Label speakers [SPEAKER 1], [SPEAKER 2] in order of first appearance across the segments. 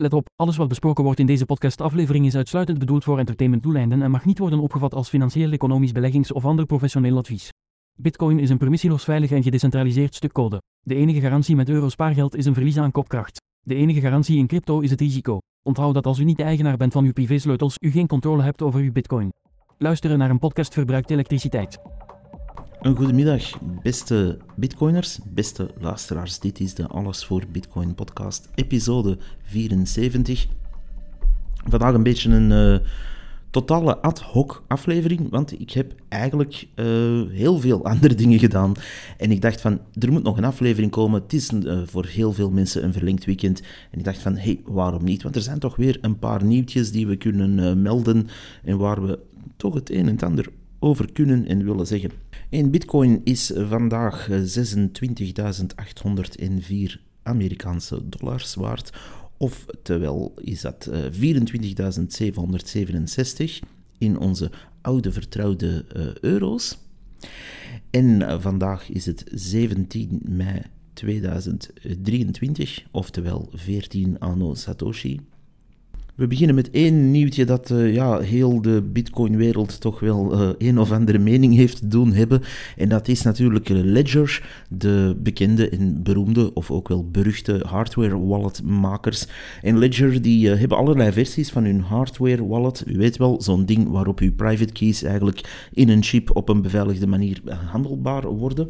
[SPEAKER 1] Let op, alles wat besproken wordt in deze podcastaflevering is uitsluitend bedoeld voor entertainmentdoeleinden en mag niet worden opgevat als financieel, economisch, beleggings- of ander professioneel advies. Bitcoin is een permissieloos, veilig en gedecentraliseerd stuk code. De enige garantie met euro-spaargeld is een verlies aan kopkracht. De enige garantie in crypto is het risico. Onthoud dat als u niet de eigenaar bent van uw privésleutels, u geen controle hebt over uw bitcoin. Luisteren naar een podcast verbruikt elektriciteit.
[SPEAKER 2] Een goedemiddag, beste bitcoiners, beste luisteraars. Dit is de Alles voor Bitcoin podcast, episode 74. Vandaag een beetje een totale ad hoc aflevering, want ik heb eigenlijk heel veel andere dingen gedaan. En ik dacht van, er moet nog een aflevering komen. Het is voor heel veel mensen een verlengd weekend. En ik dacht van, waarom niet? Want er zijn toch weer een paar nieuwtjes die we kunnen melden en waar we toch het een en het ander over kunnen en willen zeggen. En Bitcoin is vandaag 26.804 Amerikaanse dollars waard. Oftewel is dat 24.767 in onze oude vertrouwde euro's. En vandaag is het 17 mei 2023, oftewel 14 anno Satoshi. We beginnen met één nieuwtje dat heel de Bitcoin-wereld toch wel een of andere mening heeft doen hebben. En dat is natuurlijk Ledger, de bekende en beroemde of ook wel beruchte hardware-walletmakers. En Ledger die hebben allerlei versies van hun hardware-wallet. U weet wel, zo'n ding waarop uw private keys eigenlijk in een chip op een beveiligde manier handelbaar worden.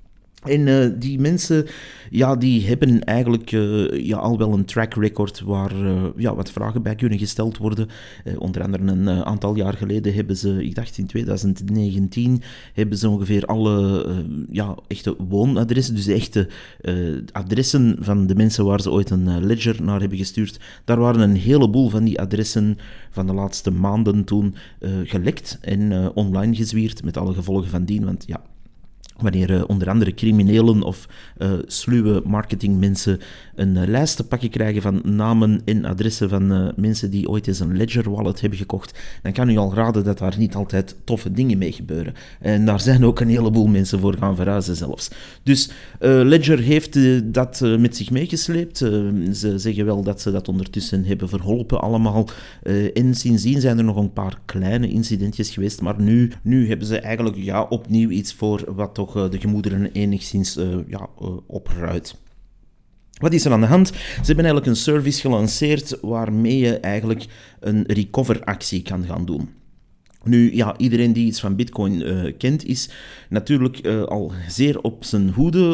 [SPEAKER 2] En die mensen, die hebben eigenlijk al wel een track record waar wat vragen bij kunnen gesteld worden. Onder andere een aantal jaar geleden hebben ze, ik dacht in 2019, hebben ze ongeveer alle echte woonadressen, dus de echte adressen van de mensen waar ze ooit een ledger naar hebben gestuurd. Daar waren een heleboel van die adressen van de laatste maanden toen gelekt en online gezwierd, met alle gevolgen van dien, want wanneer onder andere criminelen of sluwe marketingmensen een lijst te pakken krijgen van namen en adressen van mensen die ooit eens een Ledger wallet hebben gekocht, dan kan u al raden dat daar niet altijd toffe dingen mee gebeuren. En daar zijn ook een heleboel mensen voor gaan verhuizen zelfs. Dus Ledger heeft dat met zich meegesleept. Ze zeggen wel dat ze dat ondertussen hebben verholpen allemaal. En sindsdien zijn er nog een paar kleine incidentjes geweest, maar nu hebben ze eigenlijk opnieuw iets voor wat toch de gemoederen enigszins opruidt. Wat is er aan de hand? Ze hebben eigenlijk een service gelanceerd waarmee je eigenlijk een recover-actie kan gaan doen. Nu, iedereen die iets van Bitcoin kent, is natuurlijk al zeer op zijn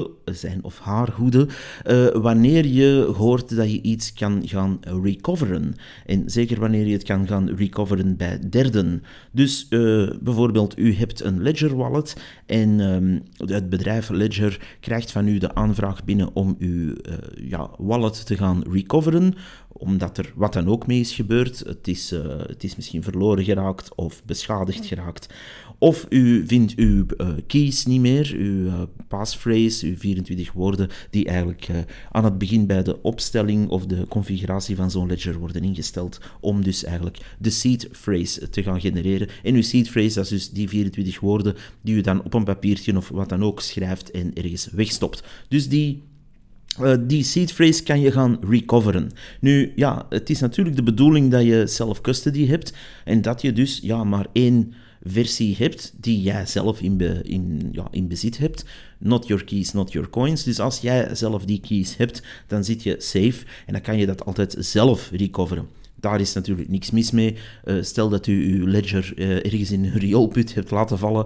[SPEAKER 2] of haar hoede, wanneer je hoort dat je iets kan gaan recoveren. En zeker wanneer je het kan gaan recoveren bij derden. Dus bijvoorbeeld, u hebt een Ledger wallet en het bedrijf Ledger krijgt van u de aanvraag binnen om uw wallet te gaan recoveren, omdat er wat dan ook mee is gebeurd. Het is misschien verloren geraakt of beschadigd geraakt. Of u vindt uw keys niet meer, uw passphrase, uw 24 woorden, die eigenlijk aan het begin bij de opstelling of de configuratie van zo'n ledger worden ingesteld, om dus eigenlijk de seed phrase te gaan genereren. En uw seed phrase, dat is dus die 24 woorden die u dan op een papiertje of wat dan ook schrijft en ergens wegstopt. Dus die seed phrase kan je gaan recoveren. Nu, het is natuurlijk de bedoeling dat je self-custody hebt en dat je dus maar één versie hebt die jij zelf in bezit hebt. Not your keys, not your coins. Dus als jij zelf die keys hebt, dan zit je safe en dan kan je dat altijd zelf recoveren. Daar is natuurlijk niks mis mee. Stel dat u uw ledger ergens in een rioolput hebt laten vallen,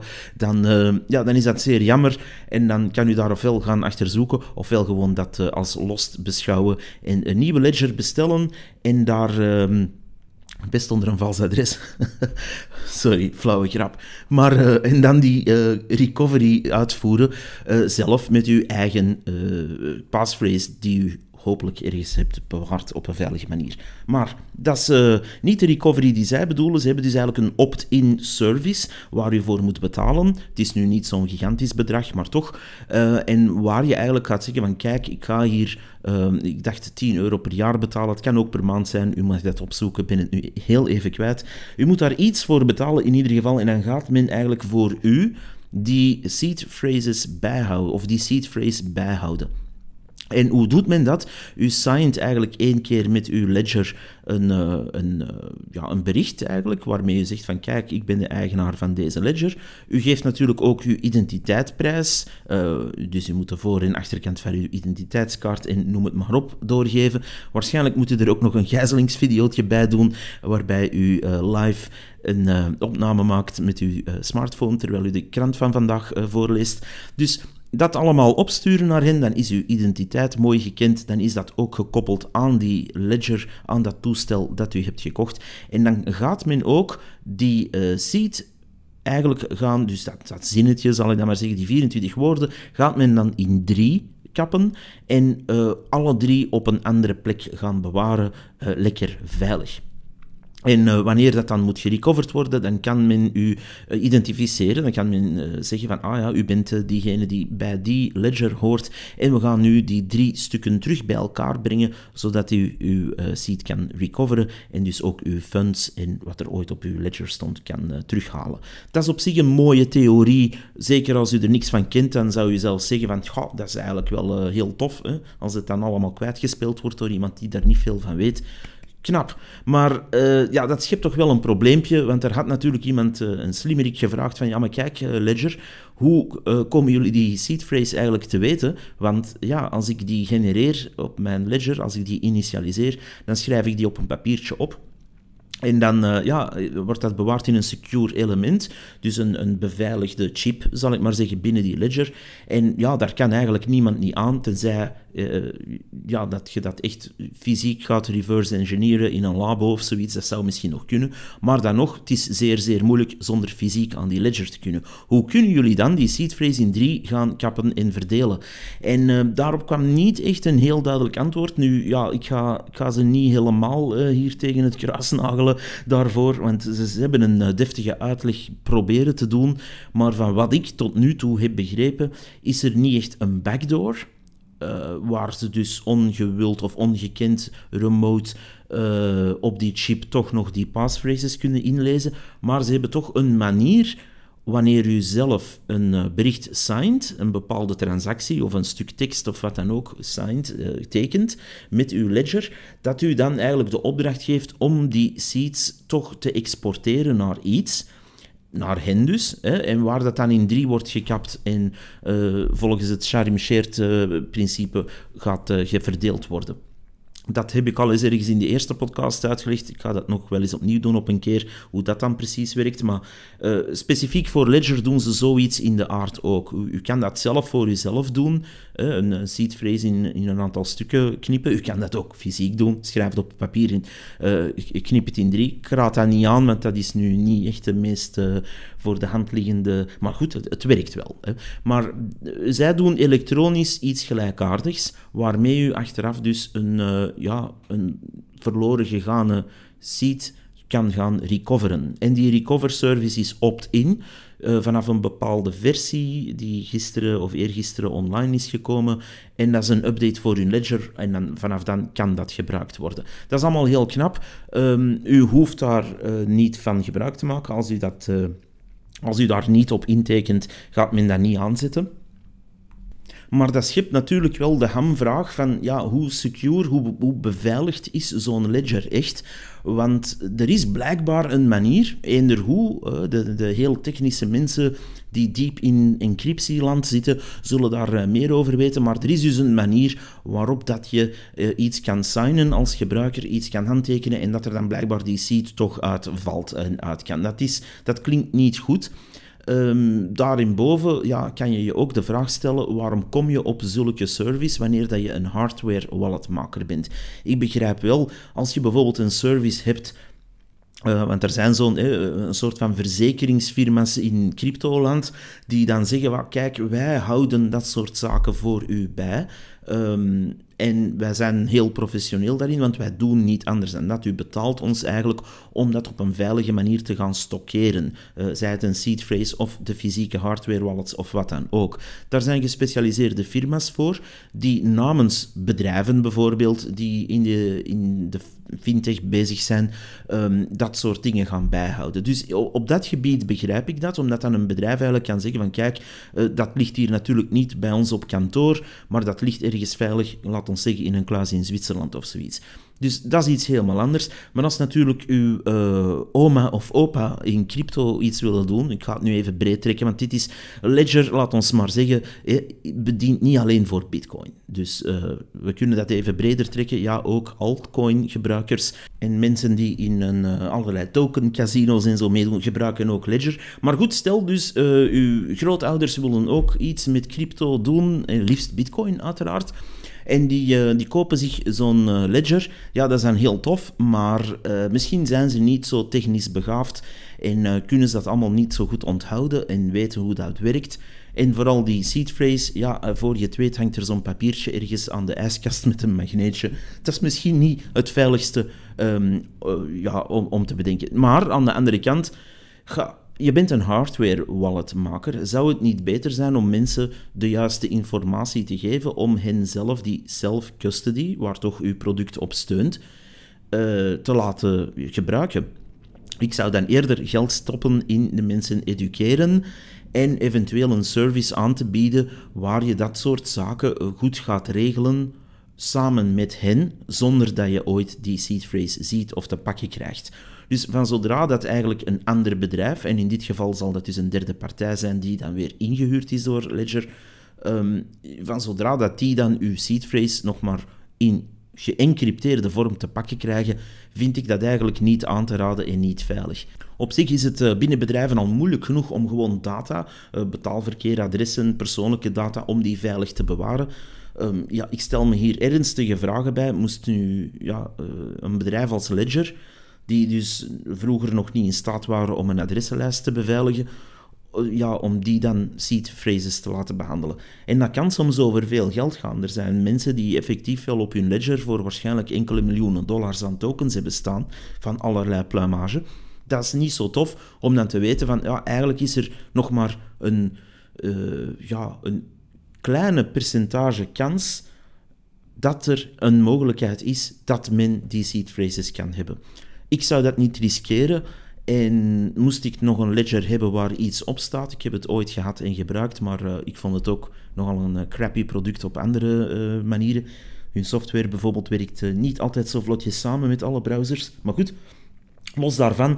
[SPEAKER 2] dan is dat zeer jammer. En dan kan u daar ofwel gaan achterzoeken, ofwel gewoon dat als lost beschouwen en een nieuwe ledger bestellen en daar best onder een vals adres. Sorry, flauwe grap. Maar, en dan die recovery uitvoeren zelf met uw eigen passphrase die u hopelijk ergens hebt bewaard op een veilige manier. Maar dat is niet de recovery die zij bedoelen. Ze hebben dus eigenlijk een opt-in service waar u voor moet betalen. Het is nu niet zo'n gigantisch bedrag, maar toch. En waar je eigenlijk gaat zeggen van kijk, ik ga hier, ik dacht €10 per jaar betalen. Het kan ook per maand zijn. U mag dat opzoeken. Ik ben het nu heel even kwijt. U moet daar iets voor betalen in ieder geval. En dan gaat men eigenlijk voor u die seed phrases bijhouden of die seed phrase bijhouden. En hoe doet men dat? U signed eigenlijk 1 keer met uw ledger een bericht eigenlijk, waarmee u zegt van kijk, ik ben de eigenaar van deze ledger. U geeft natuurlijk ook uw identiteitsprijs, dus u moet de voor- en achterkant van uw identiteitskaart en noem het maar op doorgeven. Waarschijnlijk moet u er ook nog een gijzelingsvideootje bij doen, waarbij u live een opname maakt met uw smartphone, terwijl u de krant van vandaag voorleest. Dus dat allemaal opsturen naar hen, dan is uw identiteit mooi gekend, dan is dat ook gekoppeld aan die ledger, aan dat toestel dat u hebt gekocht. En dan gaat men ook die seed eigenlijk gaan, dus dat zinnetje, zal ik dan maar zeggen, die 24 woorden, gaat men dan in 3 kappen en alle 3 op een andere plek gaan bewaren, lekker veilig. En wanneer dat dan moet gerecoverd worden, dan kan men u identificeren. Dan kan men zeggen van, u bent diegene die bij die ledger hoort. En we gaan nu die 3 stukken terug bij elkaar brengen, zodat u uw seed kan recoveren en dus ook uw funds en wat er ooit op uw ledger stond kan terughalen. Dat is op zich een mooie theorie. Zeker als u er niks van kent, dan zou u zelf zeggen van, dat is eigenlijk wel heel tof, hè? Als het dan allemaal kwijtgespeeld wordt door iemand die daar niet veel van weet. Knap. Maar dat schept toch wel een probleempje, want er had natuurlijk iemand een slimmerik gevraagd van, ja, maar kijk, Ledger, hoe komen jullie die seed phrase eigenlijk te weten? Want ja, als ik die genereer op mijn Ledger, als ik die initialiseer, dan schrijf ik die op een papiertje op. En dan wordt dat bewaard in een secure element, dus een beveiligde chip, zal ik maar zeggen, binnen die ledger. En ja, daar kan eigenlijk niemand niet aan, tenzij dat je dat echt fysiek gaat reverse engineeren in een labo of zoiets. Dat zou misschien nog kunnen. Maar dan nog, het is zeer, zeer moeilijk zonder fysiek aan die ledger te kunnen. Hoe kunnen jullie dan die seed phrase in 3 gaan kappen en verdelen? En daarop kwam niet echt een heel duidelijk antwoord. Nu, ja, ik ga ze niet helemaal hier tegen het kruis nagelen daarvoor, want ze hebben een deftige uitleg proberen te doen, maar van wat ik tot nu toe heb begrepen, is er niet echt een backdoor, waar ze dus ongewild of ongekend remote op die chip toch nog die passphrases kunnen inlezen, maar ze hebben toch een manier, wanneer u zelf een bericht signed, een bepaalde transactie of een stuk tekst of wat dan ook signed, tekent met uw ledger, dat u dan eigenlijk de opdracht geeft om die seeds toch te exporteren naar iets, naar hen dus, en waar dat dan in 3 wordt gekapt en volgens het Sharim-Shared-principe gaat verdeeld worden. Dat heb ik al eens ergens in de eerste podcast uitgelegd. Ik ga dat nog wel eens opnieuw doen op een keer, hoe dat dan precies werkt. Maar specifiek voor Ledger doen ze zoiets in de aard ook. U kan dat zelf voor uzelf doen. Een seed phrase in een aantal stukken knippen. U kan dat ook fysiek doen. Schrijf het op papier in. Knip het in 3. Ik raad dat niet aan, want dat is nu niet echt de meest voor de hand liggende... Maar goed, het werkt wel. Maar zij doen elektronisch iets gelijkaardigs, waarmee u achteraf dus een verloren gegane seed kan gaan recoveren. En die recover service is opt-in vanaf een bepaalde versie die gisteren of eergisteren online is gekomen. En dat is een update voor uw ledger en dan, vanaf dan kan dat gebruikt worden. Dat is allemaal heel knap. U hoeft daar niet van gebruik te maken. Als u daar niet op intekent, gaat men dat niet aanzetten. Maar dat schept natuurlijk wel de hamvraag van hoe secure, hoe beveiligd is zo'n ledger echt? Want er is blijkbaar een manier, eender hoe, de heel technische mensen die diep in encryptieland zitten, zullen daar meer over weten, maar er is dus een manier waarop dat je iets kan signen als gebruiker, iets kan handtekenen en dat er dan blijkbaar die seed toch uitvalt en uit kan. Dat klinkt niet goed. Daarinboven kan je je ook de vraag stellen, waarom kom je op zulke service wanneer dat je een hardware walletmaker bent? Ik begrijp wel, als je bijvoorbeeld een service hebt, want er zijn een soort van verzekeringsfirma's in cryptoland die dan zeggen, kijk, wij houden dat soort zaken voor u bij. En wij zijn heel professioneel daarin, want wij doen niet anders dan dat. U betaalt ons eigenlijk om dat op een veilige manier te gaan stockeren. Zij het een seed phrase of de fysieke hardware wallets of wat dan ook. Daar zijn gespecialiseerde firma's voor, die namens bedrijven bijvoorbeeld, die in de fintech bezig zijn, dat soort dingen gaan bijhouden. Dus op dat gebied begrijp ik dat, omdat dan een bedrijf eigenlijk kan zeggen van kijk, dat ligt hier natuurlijk niet bij ons op kantoor, maar dat ligt ergens veilig, laat ons zeggen, in een kluis in Zwitserland of zoiets. Dus dat is iets helemaal anders. Maar als natuurlijk uw oma of opa in crypto iets willen doen, ik ga het nu even breed trekken, want dit is Ledger, laat ons maar zeggen, bedient niet alleen voor Bitcoin. Dus we kunnen dat even breder trekken. Ja, ook altcoin-gebruikers en mensen die in allerlei token-casino's en zo meedoen, gebruiken ook Ledger. Maar goed, stel dus, uw grootouders willen ook iets met crypto doen, en liefst Bitcoin uiteraard. En die kopen zich zo'n ledger. Ja, dat is dan heel tof, maar misschien zijn ze niet zo technisch begaafd en kunnen ze dat allemaal niet zo goed onthouden en weten hoe dat werkt. En vooral die seed phrase, ja, voor je het weet hangt er zo'n papiertje ergens aan de ijskast met een magneetje. Dat is misschien niet het veiligste om te bedenken. Maar aan de andere kant, je bent een hardware-walletmaker. Zou het niet beter zijn om mensen de juiste informatie te geven om hen zelf die self-custody, waar toch uw product op steunt, te laten gebruiken? Ik zou dan eerder geld stoppen in de mensen educeren en eventueel een service aan te bieden waar je dat soort zaken goed gaat regelen samen met hen, zonder dat je ooit die seed phrase ziet of te pakken krijgt. Dus van zodra dat eigenlijk een ander bedrijf, en in dit geval zal dat dus een derde partij zijn die dan weer ingehuurd is door Ledger, van zodra dat die dan uw seed phrase nog maar in geëncrypteerde vorm te pakken krijgen, vind ik dat eigenlijk niet aan te raden en niet veilig. Op zich is het binnen bedrijven al moeilijk genoeg om gewoon data, betaalverkeer, adressen, persoonlijke data, om die veilig te bewaren. Ik stel me hier ernstige vragen bij. Moest nu een bedrijf als Ledger, die dus vroeger nog niet in staat waren om een adressenlijst te beveiligen, om die dan seed phrases te laten behandelen. En dat kan soms over veel geld gaan. Er zijn mensen die effectief wel op hun ledger voor waarschijnlijk enkele miljoenen dollars aan tokens hebben staan, van allerlei pluimage. Dat is niet zo tof om dan te weten van, eigenlijk is er nog maar een kleine percentage kans dat er een mogelijkheid is dat men die seed phrases kan hebben. Ik zou dat niet riskeren. En moest ik nog een ledger hebben waar iets op staat, ik heb het ooit gehad en gebruikt, maar ik vond het ook nogal een crappy product op andere manieren. Hun software bijvoorbeeld werkt niet altijd zo vlotjes samen met alle browsers. Maar goed, los daarvan,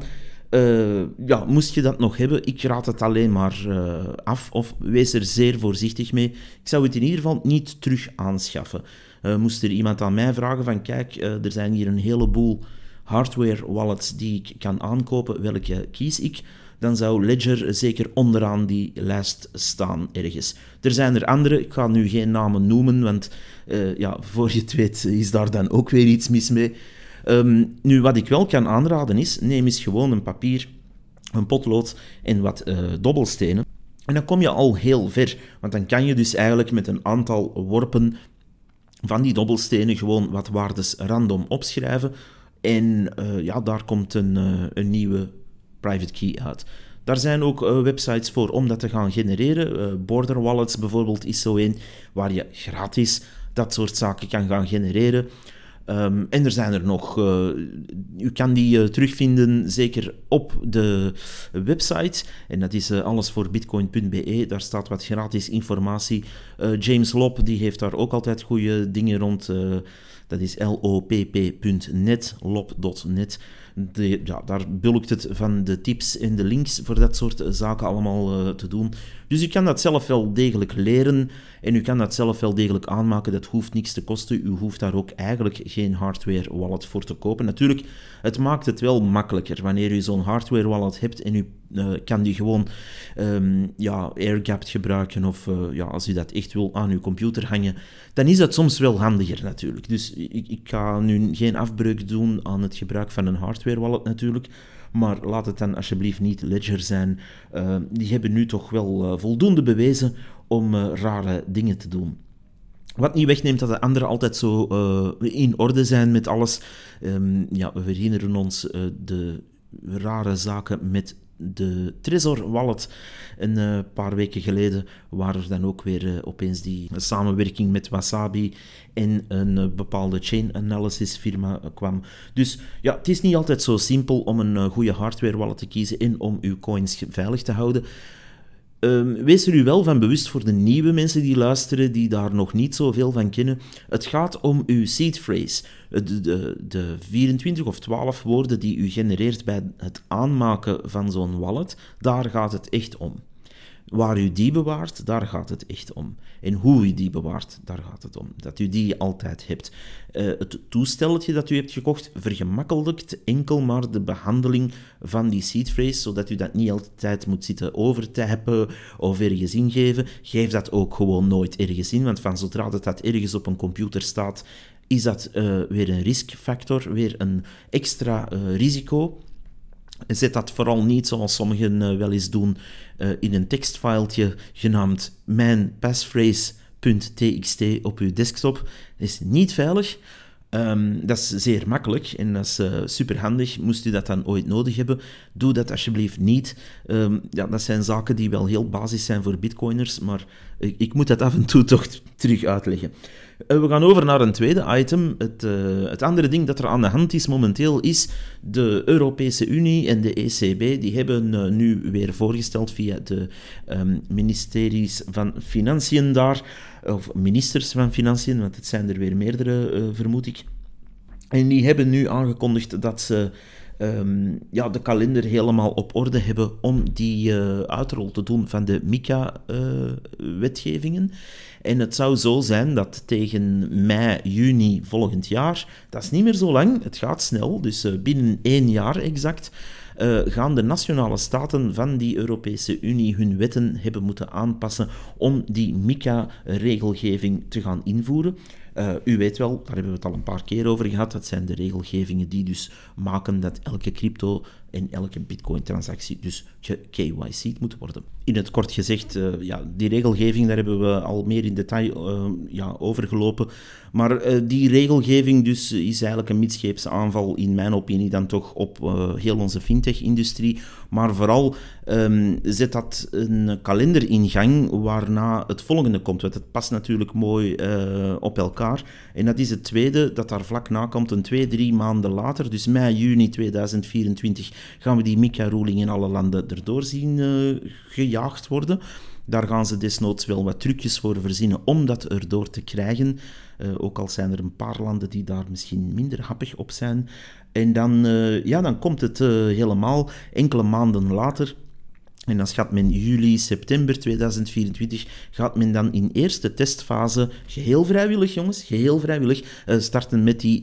[SPEAKER 2] moest je dat nog hebben, ik raad het alleen maar af, of wees er zeer voorzichtig mee. Ik zou het in ieder geval niet terug aanschaffen. Moest er iemand aan mij vragen van, kijk, er zijn hier een heleboel hardware wallets die ik kan aankopen, welke kies ik, dan zou Ledger zeker onderaan die lijst staan ergens. Er zijn er andere, ik ga nu geen namen noemen, want voor je het weet is daar dan ook weer iets mis mee. Nu, wat ik wel kan aanraden is, neem eens gewoon een papier, een potlood en wat dobbelstenen. En dan kom je al heel ver, want dan kan je dus eigenlijk met een aantal worpen van die dobbelstenen gewoon wat waardes random opschrijven. En daar komt een nieuwe private key uit. Daar zijn ook websites voor om dat te gaan genereren. Border Wallets bijvoorbeeld is zo een waar je gratis dat soort zaken kan gaan genereren. En er zijn er nog. U kan die terugvinden, zeker op de website. En dat is allesvoorbitcoin.be. Daar staat wat gratis informatie. James Lopp die heeft daar ook altijd goede dingen rond. Dat is lopp.net, lop.net. Daar bulkt het van de tips en de links voor dat soort zaken allemaal te doen. Dus u kan dat zelf wel degelijk leren en u kan dat zelf wel degelijk aanmaken. Dat hoeft niks te kosten. U hoeft daar ook eigenlijk geen hardware wallet voor te kopen. Natuurlijk, het maakt het wel makkelijker wanneer u zo'n hardware wallet hebt en u kan die gewoon airgapped gebruiken of als u dat echt wil aan uw computer hangen, dan is dat soms wel handiger natuurlijk. Dus ik ga nu geen afbreuk doen aan het gebruik van een hardware wallet natuurlijk, maar laat het dan alsjeblieft niet Ledger zijn. Die hebben nu toch wel voldoende bewezen om rare dingen te doen. Wat niet wegneemt dat de anderen altijd zo in orde zijn met alles. We herinneren ons de rare zaken met de Trezor Wallet een paar weken geleden, waar er dan ook weer opeens die samenwerking met Wasabi en een bepaalde chain analysis firma kwam. Dus ja, het is niet altijd zo simpel om een goede hardware wallet te kiezen en om uw coins veilig te houden. Wees er u wel van bewust voor de nieuwe mensen die luisteren, die daar nog niet zoveel van kennen. Het gaat om uw seed phrase. De 24 of 12 woorden die u genereert bij het aanmaken van zo'n wallet, daar gaat het echt om. Waar u die bewaart, daar gaat het echt om. En hoe u die bewaart, daar gaat het om. Dat u die altijd hebt. Het toestelletje dat u hebt gekocht vergemakkelijkt enkel maar de behandeling van die seed phrase, zodat u dat niet altijd moet zitten overtypen of ergens ingeven. Geef dat ook gewoon nooit ergens in, want van zodra dat ergens op een computer staat, is dat weer een riskfactor, weer een extra risico. Zet dat vooral niet, zoals sommigen wel eens doen, in een tekstfiletje genaamd mijnpassphrase.txt op uw desktop. Dat is niet veilig. Dat is zeer makkelijk en dat is superhandig. Moest u dat dan ooit nodig hebben, doe dat alsjeblieft niet. Dat zijn zaken die wel heel basis zijn voor bitcoiners, maar ik moet dat af en toe toch terug uitleggen. We gaan over naar een tweede item. Het andere ding dat er aan de hand is momenteel is de Europese Unie en de ECB. Die hebben nu weer voorgesteld via de ministeries van Financiën daar, of ministers van Financiën, want het zijn er weer meerdere, vermoed ik. En die hebben nu aangekondigd dat ze de kalender helemaal op orde hebben om die uitrol te doen van de MiCA-wetgevingen. En het zou zo zijn dat tegen mei, juni volgend jaar, dat is niet meer zo lang, het gaat snel, dus binnen 1 jaar exact, gaan de nationale staten van die Europese Unie hun wetten hebben moeten aanpassen om die MiCA-regelgeving te gaan invoeren. U weet wel, daar hebben we het al een paar keer over gehad, dat zijn de regelgevingen die dus maken dat elke crypto en elke bitcoin-transactie dus KYC'd moet worden. In het kort gezegd, die regelgeving, daar hebben we al meer in detail overgelopen. Maar die regelgeving dus is eigenlijk een midscheepse aanval, in mijn opinie dan toch, op heel onze fintech-industrie. Maar vooral zet dat een kalender in gang waarna het volgende komt. Want het past natuurlijk mooi op elkaar. En dat is het tweede dat daar vlak na komt, 2-3 maanden later. Dus mei, juni 2024 gaan we die MiCA-ruling in alle landen erdoor zien gejaagd worden. Daar gaan ze desnoods wel wat trucjes voor verzinnen om dat erdoor te krijgen. Ook al zijn er een paar landen die daar misschien minder happig op zijn. En dan komt het helemaal enkele maanden later. En dan gaat men juli, september 2024, gaat men dan in eerste testfase, geheel vrijwillig jongens, geheel vrijwillig, starten met die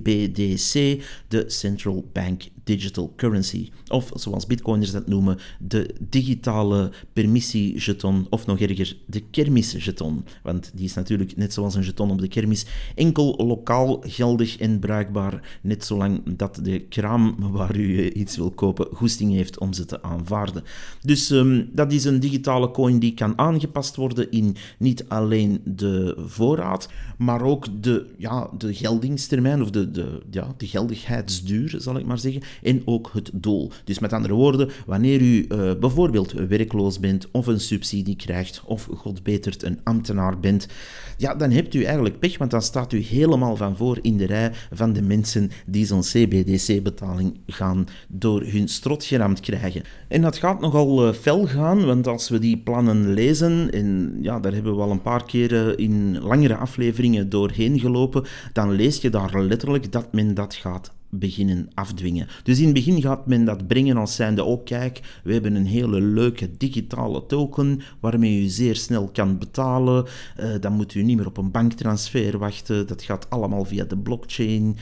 [SPEAKER 2] CBDC, de Central Bank Digital Currency. Of zoals bitcoiners dat noemen, de digitale permissie-jeton, of nog erger, de kermis-jeton. Want die is natuurlijk, net zoals een jeton op de kermis, enkel lokaal geldig en bruikbaar, net zolang dat de kraam waar u iets wil kopen goesting heeft om ze te aanvaarden. Dus dat is een digitale coin die kan aangepast worden in niet alleen de voorraad, maar ook de geldingstermijn, of de geldigheidsduur, zal ik maar zeggen, en ook het doel. Dus met andere woorden, wanneer u bijvoorbeeld werkloos bent, of een subsidie krijgt, of god betert een ambtenaar bent, dan hebt u eigenlijk pech, want dan staat u helemaal van voor in de rij van de mensen die zo'n CBDC-betaling gaan door hun strot geramd krijgen. En dat gaat nogal fel gaan, want als we die plannen lezen, en daar hebben we al een paar keren in langere afleveringen doorheen gelopen, dan lees je daar letterlijk dat men dat gaat beginnen afdwingen. Dus in het begin gaat men dat brengen als zijnde, kijk, we hebben een hele leuke digitale token waarmee u zeer snel kan betalen. Dan moet u niet meer op een banktransfer wachten. Dat gaat allemaal via de blockchain.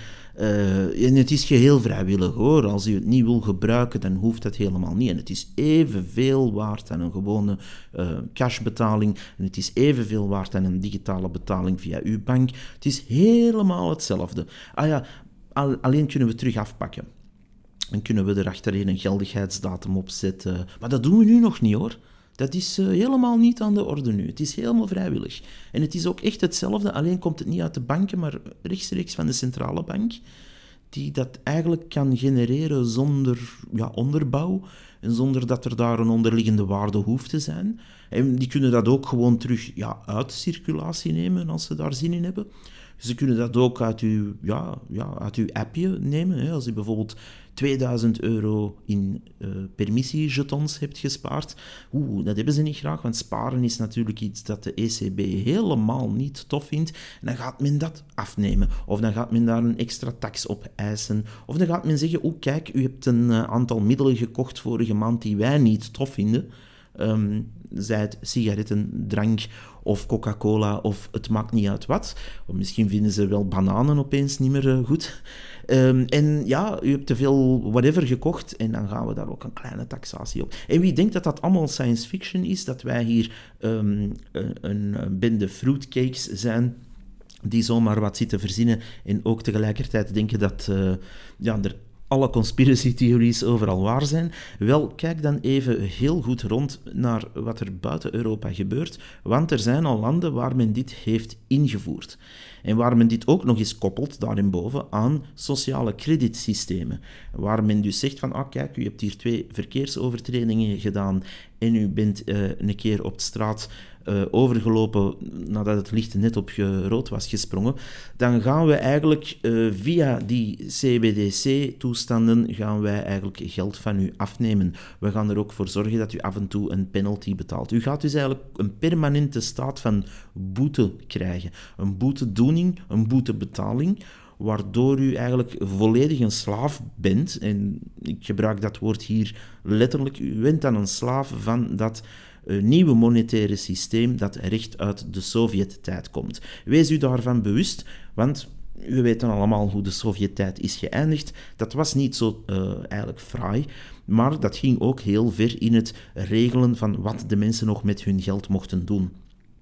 [SPEAKER 2] En het is geheel vrijwillig hoor. Als u het niet wil gebruiken, dan hoeft dat helemaal niet. En het is evenveel waard dan een gewone cashbetaling. En het is evenveel waard dan een digitale betaling via uw bank. Het is helemaal hetzelfde. Alleen kunnen we terug afpakken. En kunnen we erachterheen een geldigheidsdatum opzetten. Maar dat doen we nu nog niet hoor. Dat is helemaal niet aan de orde nu. Het is helemaal vrijwillig. En het is ook echt hetzelfde, alleen komt het niet uit de banken, maar rechtstreeks van de centrale bank. die dat eigenlijk kan genereren zonder onderbouw en zonder dat er daar een onderliggende waarde hoeft te zijn. En die kunnen dat ook gewoon terug uit circulatie nemen als ze daar zin in hebben. Ze kunnen dat ook uit uw appje nemen. Hè. Als je bijvoorbeeld €2000 in permissiejetons hebt gespaard. Dat hebben ze niet graag, want sparen is natuurlijk iets dat de ECB helemaal niet tof vindt. En dan gaat men dat afnemen. Of dan gaat men daar een extra tax op eisen. Of dan gaat men zeggen, kijk, u hebt een aantal middelen gekocht vorige maand die wij niet tof vinden. Zij het sigaretten, drank of Coca-Cola of het maakt niet uit wat. Of misschien vinden ze wel bananen opeens niet meer goed. U hebt te veel whatever gekocht en dan gaan we daar ook een kleine taxatie op. En wie denkt dat dat allemaal science fiction is, dat wij hier een bende fruitcakes zijn die zomaar wat zitten verzinnen en ook tegelijkertijd denken dat er alle conspiracy theories overal waar zijn. Wel, kijk dan even heel goed rond naar wat er buiten Europa gebeurt, want er zijn al landen waar men dit heeft ingevoerd. En waar men dit ook nog eens koppelt, daarboven, aan sociale creditsystemen. Waar men dus zegt van, kijk, u hebt hier 2 verkeersovertredingen gedaan en u bent een keer op de straat overgelopen nadat het licht net op rood was gesprongen, dan gaan we eigenlijk via die CBDC-toestanden gaan wij eigenlijk geld van u afnemen. We gaan er ook voor zorgen dat u af en toe een penalty betaalt. U gaat dus eigenlijk een permanente staat van boete krijgen. Een boetedoening, een boetebetaling, waardoor u eigenlijk volledig een slaaf bent. En ik gebruik dat woord hier letterlijk. U bent dan een slaaf van dat nieuwe monetaire systeem dat recht uit de Sovjet-tijd komt. Wees u daarvan bewust, want we weten allemaal hoe de Sovjet-tijd is geëindigd. Dat was niet zo eigenlijk fraai, maar dat ging ook heel ver in het regelen van wat de mensen nog met hun geld mochten doen.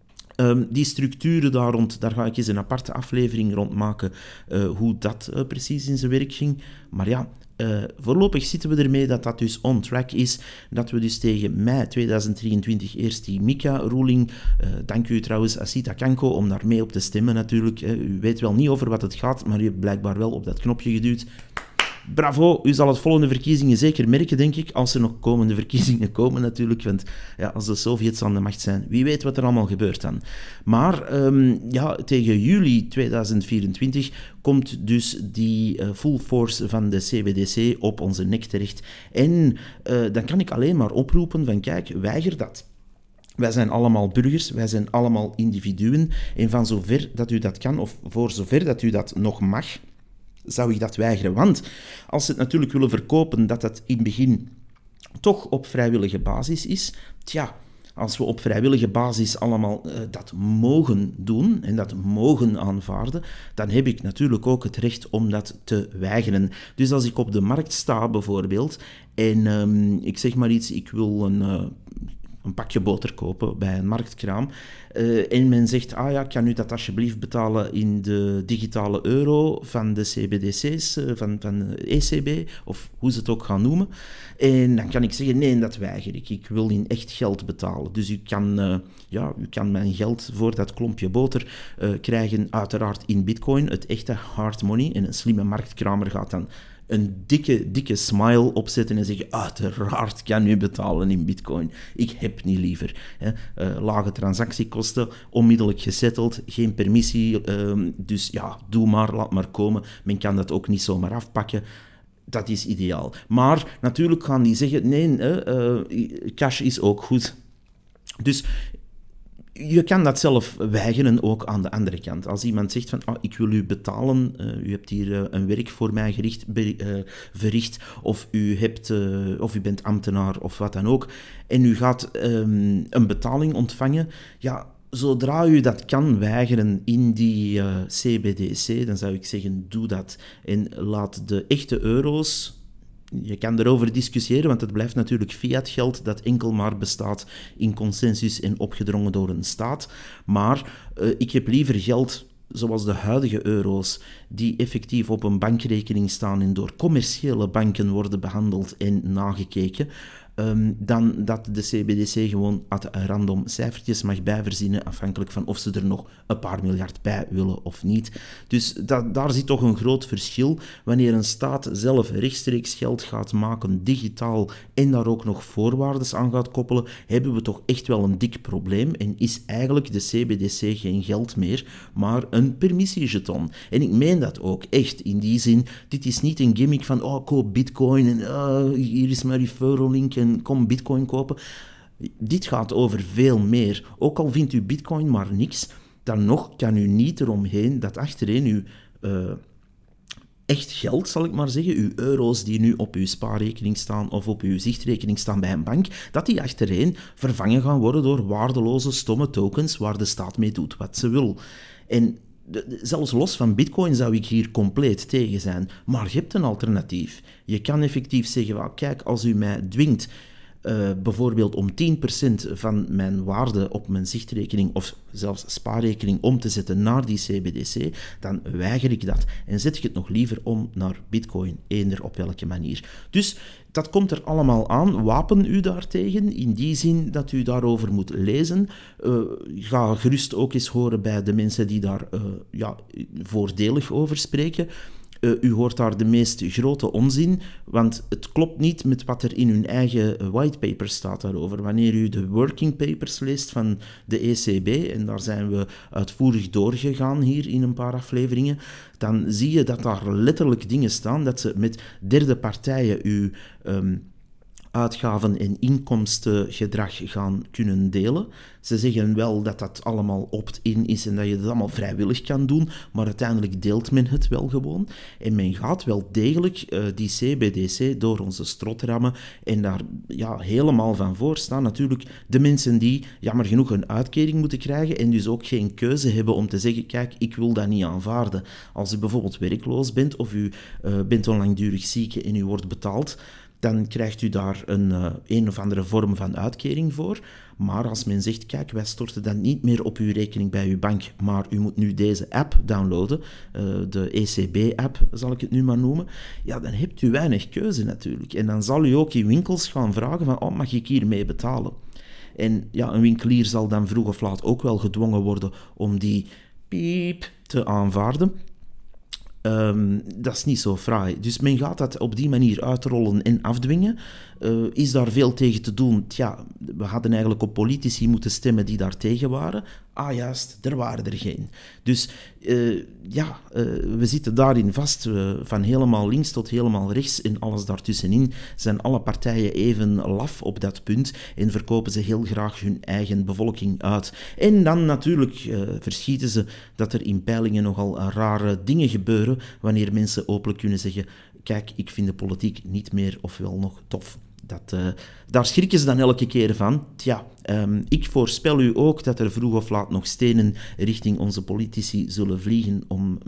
[SPEAKER 2] Die structuren daar rond, daar ga ik eens een aparte aflevering rond maken, hoe dat precies in zijn werk ging. Maar voorlopig zitten we ermee dat dat dus on track is, dat we dus tegen mei 2023 eerst die MiCA-ruling, dank u trouwens Asita Kanko om daar mee op te stemmen natuurlijk. U weet wel niet over wat het gaat, maar u hebt blijkbaar wel op dat knopje geduwd. Bravo, u zal het volgende verkiezingen zeker merken, denk ik, als er nog komende verkiezingen komen natuurlijk, want als de Sovjets aan de macht zijn, wie weet wat er allemaal gebeurt dan. Maar tegen juli 2024 komt dus die full force van de CBDC op onze nek terecht. En dan kan ik alleen maar oproepen van kijk, weiger dat. Wij zijn allemaal burgers, wij zijn allemaal individuen en van zover dat u dat kan, of voor zover dat u dat nog mag, zou ik dat weigeren. Want als ze het natuurlijk willen verkopen dat het in het begin toch op vrijwillige basis is, als we op vrijwillige basis allemaal dat mogen doen en dat mogen aanvaarden, dan heb ik natuurlijk ook het recht om dat te weigeren. Dus als ik op de markt sta bijvoorbeeld en ik zeg maar iets, ik wil een pakje boter kopen bij een marktkraam. En men zegt, kan u dat alsjeblieft betalen in de digitale euro van de CBDC's, van de ECB, of hoe ze het ook gaan noemen. En dan kan ik zeggen, nee, dat weiger ik. Ik wil in echt geld betalen. Dus u kan mijn geld voor dat klompje boter krijgen, uiteraard in bitcoin, het echte hard money. En een slimme marktkramer gaat dan een dikke smile opzetten en zeggen, uiteraard kan u betalen in bitcoin. Ik heb niet liever. Lage transactiekosten, onmiddellijk gesetteld, geen permissie, dus doe maar, laat maar komen. Men kan dat ook niet zomaar afpakken. Dat is ideaal. Maar natuurlijk gaan die zeggen, nee, cash is ook goed. Dus je kan dat zelf weigeren ook aan de andere kant. Als iemand zegt van, ik wil u betalen, u hebt hier een werk voor mij verricht, of u bent ambtenaar of wat dan ook, en u gaat een betaling ontvangen, zodra u dat kan weigeren in die CBDC, dan zou ik zeggen, doe dat. En laat de echte euro's. Je kan erover discussiëren, want het blijft natuurlijk fiat-geld dat enkel maar bestaat in consensus en opgedrongen door een staat. Maar ik heb liever geld zoals de huidige euro's, die effectief op een bankrekening staan en door commerciële banken worden behandeld en nagekeken, dan dat de CBDC gewoon at random cijfertjes mag bijverzinnen, afhankelijk van of ze er nog een paar miljard bij willen of niet. Dus daar zit toch een groot verschil. Wanneer een staat zelf rechtstreeks geld gaat maken, digitaal, en daar ook nog voorwaarden aan gaat koppelen, hebben we toch echt wel een dik probleem en is eigenlijk de CBDC geen geld meer, maar een permissiejeton. En ik meen dat ook echt, in die zin, dit is niet een gimmick van koop bitcoin en hier is mijn referral link en kom bitcoin kopen. Dit gaat over veel meer. Ook al vindt u bitcoin maar niks, dan nog kan u niet eromheen dat achterin uw echt geld, zal ik maar zeggen, uw euro's die nu op uw spaarrekening staan of op uw zichtrekening staan bij een bank, dat die achtereen vervangen gaan worden door waardeloze, stomme tokens waar de staat mee doet wat ze wil. En zelfs los van bitcoin zou ik hier compleet tegen zijn. Maar je hebt een alternatief. Je kan effectief zeggen, kijk, als u mij dwingt bijvoorbeeld om 10% van mijn waarde op mijn zichtrekening of zelfs spaarrekening om te zetten naar die CBDC, dan weiger ik dat. En zet ik het nog liever om naar bitcoin, eender op welke manier. Dus dat komt er allemaal aan. Wapen u daartegen, in die zin dat u daarover moet lezen. Ga gerust ook eens horen bij de mensen die daar voordelig over spreken. U hoort daar de meest grote onzin, want het klopt niet met wat er in hun eigen whitepaper staat daarover. Wanneer u de working papers leest van de ECB, en daar zijn we uitvoerig doorgegaan hier in een paar afleveringen, dan zie je dat daar letterlijk dingen staan, dat ze met derde partijen uw uitgaven- en inkomstengedrag gaan kunnen delen. Ze zeggen wel dat dat allemaal opt-in is en dat je dat allemaal vrijwillig kan doen, maar uiteindelijk deelt men het wel gewoon. En men gaat wel degelijk die CBDC door onze strot rammen en daar helemaal van voor staan natuurlijk de mensen die jammer genoeg een uitkering moeten krijgen en dus ook geen keuze hebben om te zeggen, kijk, ik wil dat niet aanvaarden. Als u bijvoorbeeld werkloos bent of u bent een langdurig zieke en u wordt betaald, dan krijgt u daar een of andere vorm van uitkering voor. Maar als men zegt, kijk, wij storten dat niet meer op uw rekening bij uw bank, maar u moet nu deze app downloaden, de ECB-app zal ik het nu maar noemen, dan hebt u weinig keuze natuurlijk. En dan zal u ook in winkels gaan vragen van, mag ik hiermee betalen? En een winkelier zal dan vroeg of laat ook wel gedwongen worden om die piep te aanvaarden. Dat is niet zo fraai. Dus men gaat dat op die manier uitrollen en afdwingen. Is daar veel tegen te doen? We hadden eigenlijk op politici moeten stemmen die daar tegen waren. Juist, er waren er geen. Dus we zitten daarin vast. Van helemaal links tot helemaal rechts en alles daartussenin zijn alle partijen even laf op dat punt en verkopen ze heel graag hun eigen bevolking uit. En dan natuurlijk verschieten ze dat er in peilingen nogal rare dingen gebeuren wanneer mensen openlijk kunnen zeggen, kijk, ik vind de politiek niet meer of wel nog tof. Daar schrikken ze dan elke keer van. Ik voorspel u ook dat er vroeg of laat nog stenen richting onze politici zullen vliegen om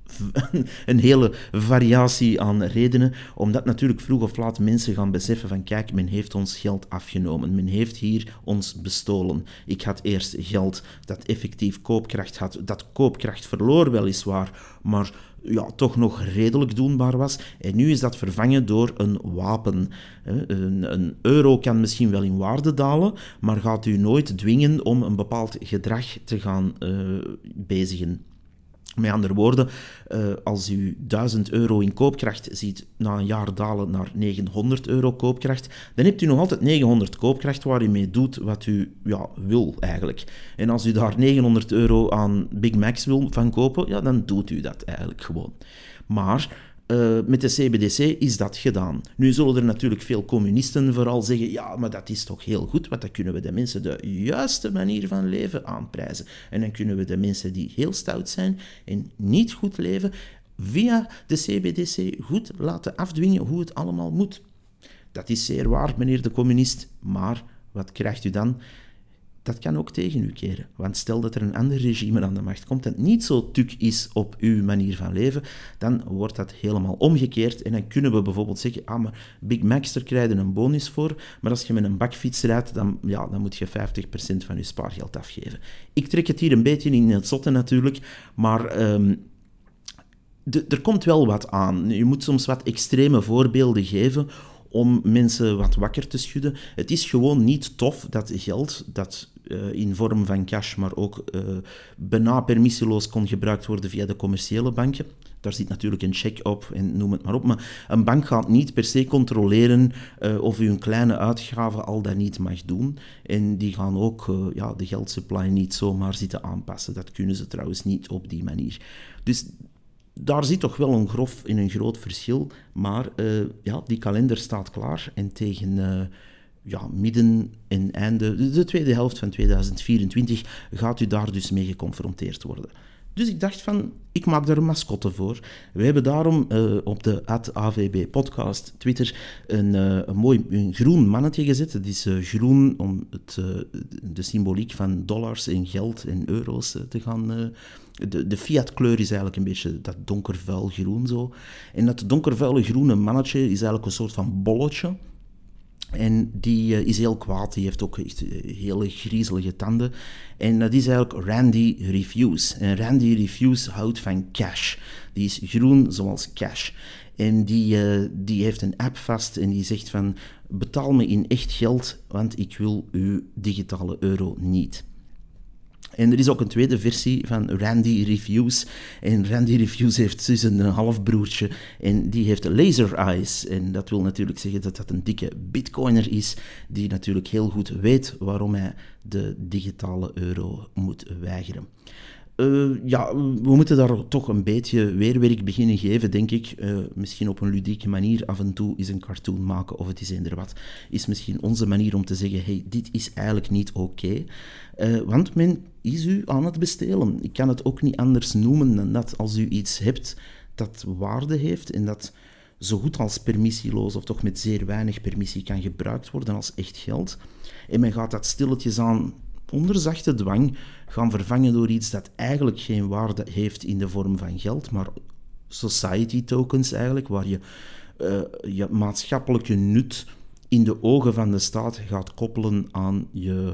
[SPEAKER 2] een hele variatie aan redenen, omdat natuurlijk vroeg of laat mensen gaan beseffen van kijk, men heeft ons geld afgenomen, men heeft hier ons bestolen. Ik had eerst geld dat effectief koopkracht had, dat koopkracht verloor weliswaar, maar toch nog redelijk doenbaar was. En nu is dat vervangen door een wapen. Een euro kan misschien wel in waarde dalen, maar gaat u nooit dwingen om een bepaald gedrag te gaan bezigen. Met andere woorden, als u 1000 euro in koopkracht ziet na een jaar dalen naar 900 euro koopkracht, dan hebt u nog altijd 900 koopkracht waar u mee doet wat u wil eigenlijk. En als u daar 900 euro aan Big Macs wil van kopen, dan doet u dat eigenlijk gewoon. Maar met de CBDC is dat gedaan. Nu zullen er natuurlijk veel communisten vooral zeggen, maar dat is toch heel goed, want dan kunnen we de mensen de juiste manier van leven aanprijzen. En dan kunnen we de mensen die heel stout zijn en niet goed leven, via de CBDC goed laten afdwingen hoe het allemaal moet. Dat is zeer waar, meneer de communist, maar wat krijgt u dan? Dat kan ook tegen u keren. Want stel dat er een ander regime aan de macht komt dat niet zo tuk is op uw manier van leven, dan wordt dat helemaal omgekeerd. En dan kunnen we bijvoorbeeld zeggen, maar Big Macs, daar krijg je een bonus voor, maar als je met een bakfiets rijdt, dan moet je 50% van je spaargeld afgeven. Ik trek het hier een beetje in het zotte natuurlijk, maar er komt wel wat aan. Je moet soms wat extreme voorbeelden geven om mensen wat wakker te schudden. Het is gewoon niet tof dat geld dat in vorm van cash, maar ook bijna permissieloos kon gebruikt worden via de commerciële banken. Daar zit natuurlijk een check op en noem het maar op. Maar een bank gaat niet per se controleren of u een kleine uitgave al dan niet mag doen. En die gaan ook de geldsupply niet zomaar zitten aanpassen. Dat kunnen ze trouwens niet op die manier. Dus daar zit toch wel een groot verschil. Maar die kalender staat klaar. En tegen midden en einde, de tweede helft van 2024, gaat u daar dus mee geconfronteerd worden. Dus ik dacht van, ik maak daar een mascotte voor. We hebben daarom op de @AVB-podcast Twitter een groen mannetje gezet. Het is groen om de symboliek van dollars en geld en euro's te gaan... De Fiat-kleur is eigenlijk een beetje dat donkervuil groen zo. En dat donkervuile groene mannetje is eigenlijk een soort van bolletje. En die is heel kwaad, die heeft ook echt hele griezelige tanden. En dat is eigenlijk Randy Refuse. En Randy Refuse houdt van cash. Die is groen zoals cash. En die heeft een app vast en die zegt van... betaal me in echt geld, want ik wil uw digitale euro niet. En er is ook een tweede versie van Randy Refuse. En Randy Refuse heeft dus een halfbroertje en die heeft laser eyes. En dat wil natuurlijk zeggen dat dat een dikke bitcoiner is, die natuurlijk heel goed weet waarom hij de digitale euro moet weigeren. We moeten daar toch een beetje weerwerk beginnen geven, denk ik. Misschien op een ludieke manier af en toe eens een cartoon maken of het is eender wat. Is misschien onze manier om te zeggen, hey, dit is eigenlijk niet oké. Want men is u aan het bestelen. Ik kan het ook niet anders noemen dan dat als u iets hebt dat waarde heeft en dat zo goed als permissieloos of toch met zeer weinig permissie kan gebruikt worden als echt geld. En men gaat dat stilletjes aan onder zachte dwang gaan vervangen door iets dat eigenlijk geen waarde heeft in de vorm van geld, maar society tokens eigenlijk, waar je maatschappelijke nut in de ogen van de staat gaat koppelen aan je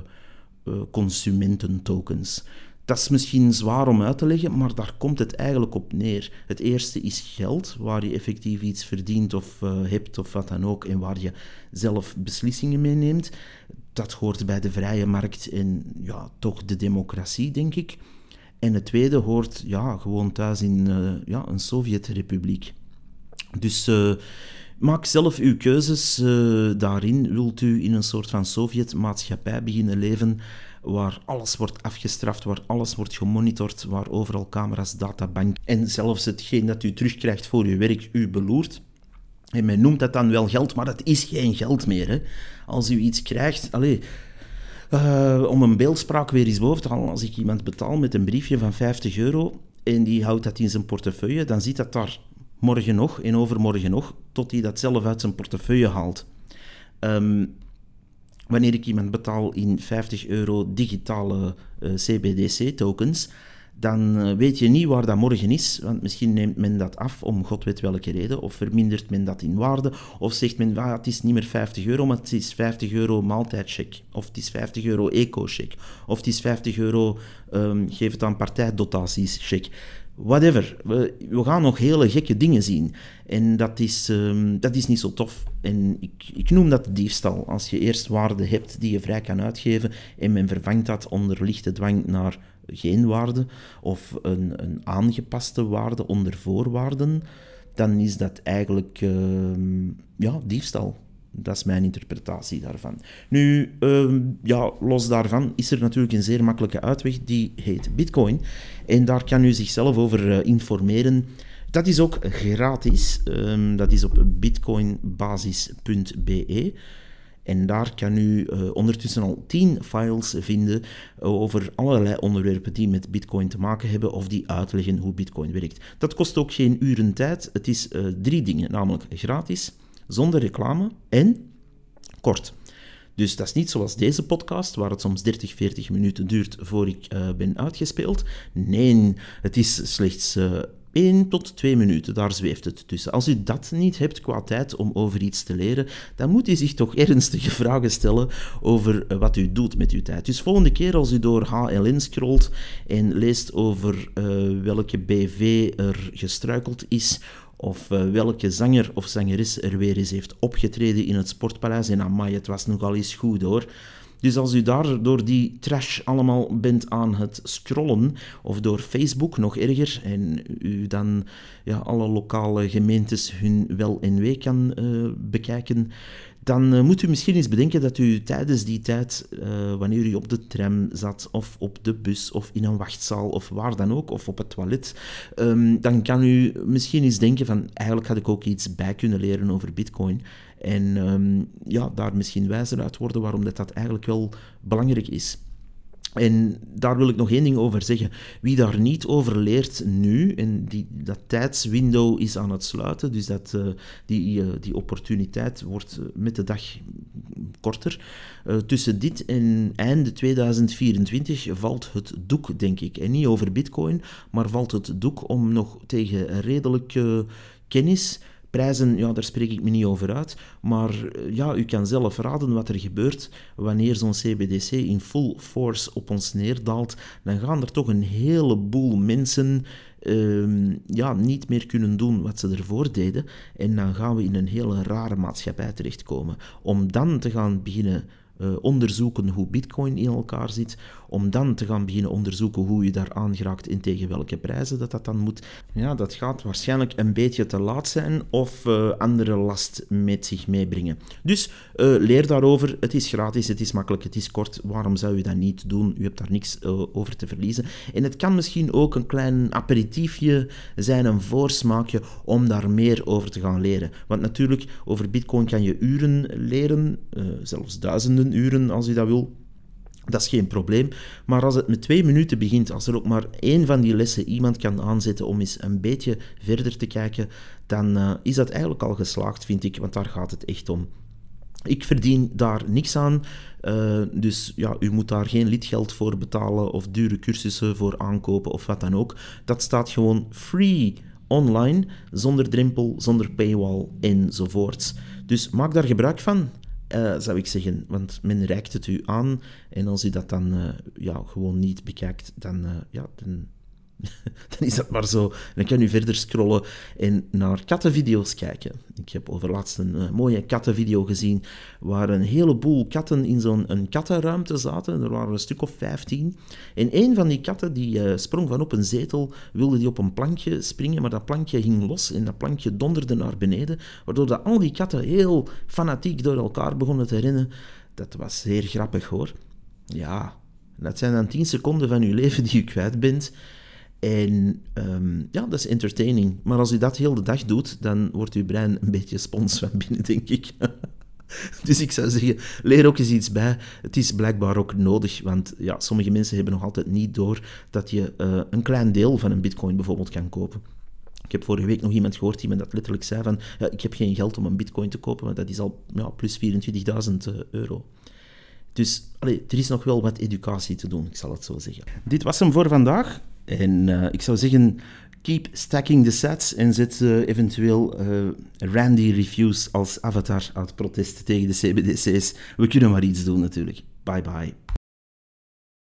[SPEAKER 2] consumententokens. Dat is misschien zwaar om uit te leggen, maar daar komt het eigenlijk op neer. Het eerste is geld, waar je effectief iets verdient of hebt of wat dan ook, en waar je zelf beslissingen mee neemt. Dat hoort bij de vrije markt en toch de democratie, denk ik. En het tweede hoort gewoon thuis in een Sovjetrepubliek. Dus maak zelf uw keuzes daarin. Wilt u in een soort van Sovjetmaatschappij beginnen leven, waar alles wordt afgestraft, waar alles wordt gemonitord, waar overal camera's, databank en zelfs hetgeen dat u terugkrijgt voor uw werk u beloert? En men noemt dat dan wel geld, maar dat is geen geld meer. Hè. Als u iets krijgt... om een beeldspraak weer eens boven te halen, als ik iemand betaal met een briefje van €50 en die houdt dat in zijn portefeuille, dan zit dat daar morgen nog en overmorgen nog, tot hij dat zelf uit zijn portefeuille haalt. Wanneer ik iemand betaal in €50 digitale CBDC-tokens, dan weet je niet waar dat morgen is, want misschien neemt men dat af om god weet welke reden, of vermindert men dat in waarde, of zegt men, het is niet meer €50, maar het is €50 maaltijdcheck, of het is €50 eco-check, of het is €50 geef het aan partijdotaties check. Whatever. We gaan nog hele gekke dingen zien. En dat is niet zo tof. En ik noem dat diefstal. Als je eerst waarde hebt die je vrij kan uitgeven en men vervangt dat onder lichte dwang naar geen waarde of een aangepaste waarde onder voorwaarden, dan is dat eigenlijk diefstal. Dat is mijn interpretatie daarvan. Nu, los daarvan is er natuurlijk een zeer makkelijke uitweg, die heet Bitcoin. En daar kan u zichzelf over informeren. Dat is ook gratis. Dat is op bitcoinbasis.be. En daar kan u ondertussen al 10 files vinden over allerlei onderwerpen die met Bitcoin te maken hebben of die uitleggen hoe Bitcoin werkt. Dat kost ook geen uren tijd. Het is 3 dingen, namelijk gratis, zonder reclame en kort. Dus dat is niet zoals deze podcast, waar het soms 30, 40 minuten duurt voor ik ben uitgespeeld. Nee, het is slechts 1 tot 2 minuten, daar zweeft het tussen. Als u dat niet hebt qua tijd om over iets te leren, dan moet u zich toch ernstige vragen stellen over wat u doet met uw tijd. Dus volgende keer als u door HLN scrolt en leest over welke BV er gestruikeld is, of welke zanger of zangeres er weer eens heeft opgetreden in het Sportpaleis, en amai, het was nogal eens goed hoor. Dus als u daar door die trash allemaal bent aan het scrollen, of door Facebook, nog erger, en u dan alle lokale gemeentes hun wel en wee kan bekijken, dan moet u misschien eens bedenken dat u tijdens die tijd, wanneer u op de tram zat, of op de bus, of in een wachtzaal, of waar dan ook, of op het toilet, dan kan u misschien eens denken van, eigenlijk had ik ook iets bij kunnen leren over Bitcoin. En daar misschien wijzer uit worden waarom dat eigenlijk wel belangrijk is. En daar wil ik nog één ding over zeggen. Wie daar niet over leert nu, en dat tijdswindow is aan het sluiten, dus die opportuniteit wordt met de dag korter. Tussen dit en einde 2024 valt het doek, denk ik. En niet over Bitcoin, maar valt het doek om nog tegen redelijke kennis... Prijzen, daar spreek ik me niet over uit, maar u kan zelf raden wat er gebeurt wanneer zo'n CBDC in full force op ons neerdaalt. Dan gaan er toch een heleboel mensen niet meer kunnen doen wat ze ervoor deden. En dan gaan we in een hele rare maatschappij terechtkomen. Om dan te gaan beginnen onderzoeken hoe Bitcoin in elkaar zit, om dan te gaan beginnen onderzoeken hoe je daar aangeraakt en tegen welke prijzen dat dan moet. Ja, dat gaat waarschijnlijk een beetje te laat zijn of andere last met zich meebrengen. Dus leer daarover. Het is gratis, het is makkelijk, het is kort. Waarom zou je dat niet doen? U hebt daar niks over te verliezen. En het kan misschien ook een klein aperitiefje zijn, een voorsmaakje, om daar meer over te gaan leren. Want natuurlijk, over Bitcoin kan je uren leren, zelfs duizenden uren als je dat wil. Dat is geen probleem. Maar als het met 2 minuten begint, als er ook maar 1 van die lessen iemand kan aanzetten om eens een beetje verder te kijken, dan is dat eigenlijk al geslaagd, vind ik, want daar gaat het echt om. Ik verdien daar niks aan, dus u moet daar geen lidgeld voor betalen of dure cursussen voor aankopen of wat dan ook. Dat staat gewoon free online, zonder drempel, zonder paywall enzovoorts. Dus maak daar gebruik van. Zou ik zeggen, want men reikt het u aan en als u dat dan gewoon niet bekijkt, dan is dat maar zo. Dan kan u verder scrollen en naar kattenvideo's kijken. Ik heb overlaatst een mooie kattenvideo gezien waar een heleboel katten in zo'n kattenruimte zaten. Er waren een stuk of 15. En een van die katten die sprong van op een zetel, wilde die op een plankje springen, maar dat plankje hing los en dat plankje donderde naar beneden, waardoor dat al die katten heel fanatiek door elkaar begonnen te rennen. Dat was zeer grappig, hoor. Ja, dat zijn dan 10 seconden van uw leven die u kwijt bent. En dat is entertaining. Maar als u dat heel de dag doet, dan wordt uw brein een beetje spons van binnen, denk ik. Dus ik zou zeggen, leer ook eens iets bij. Het is blijkbaar ook nodig, want sommige mensen hebben nog altijd niet door dat je een klein deel van een bitcoin bijvoorbeeld kan kopen. Ik heb vorige week nog iemand gehoord die me dat letterlijk zei van, ik heb geen geld om een bitcoin te kopen, want dat is al plus 24.000 euro. Dus er is nog wel wat educatie te doen, ik zal het zo zeggen. Dit was hem voor vandaag. En ik zou zeggen, keep stacking the sats en zet eventueel Randy Reviews als avatar uit protest tegen de CBDC's. We kunnen maar iets doen natuurlijk. Bye bye.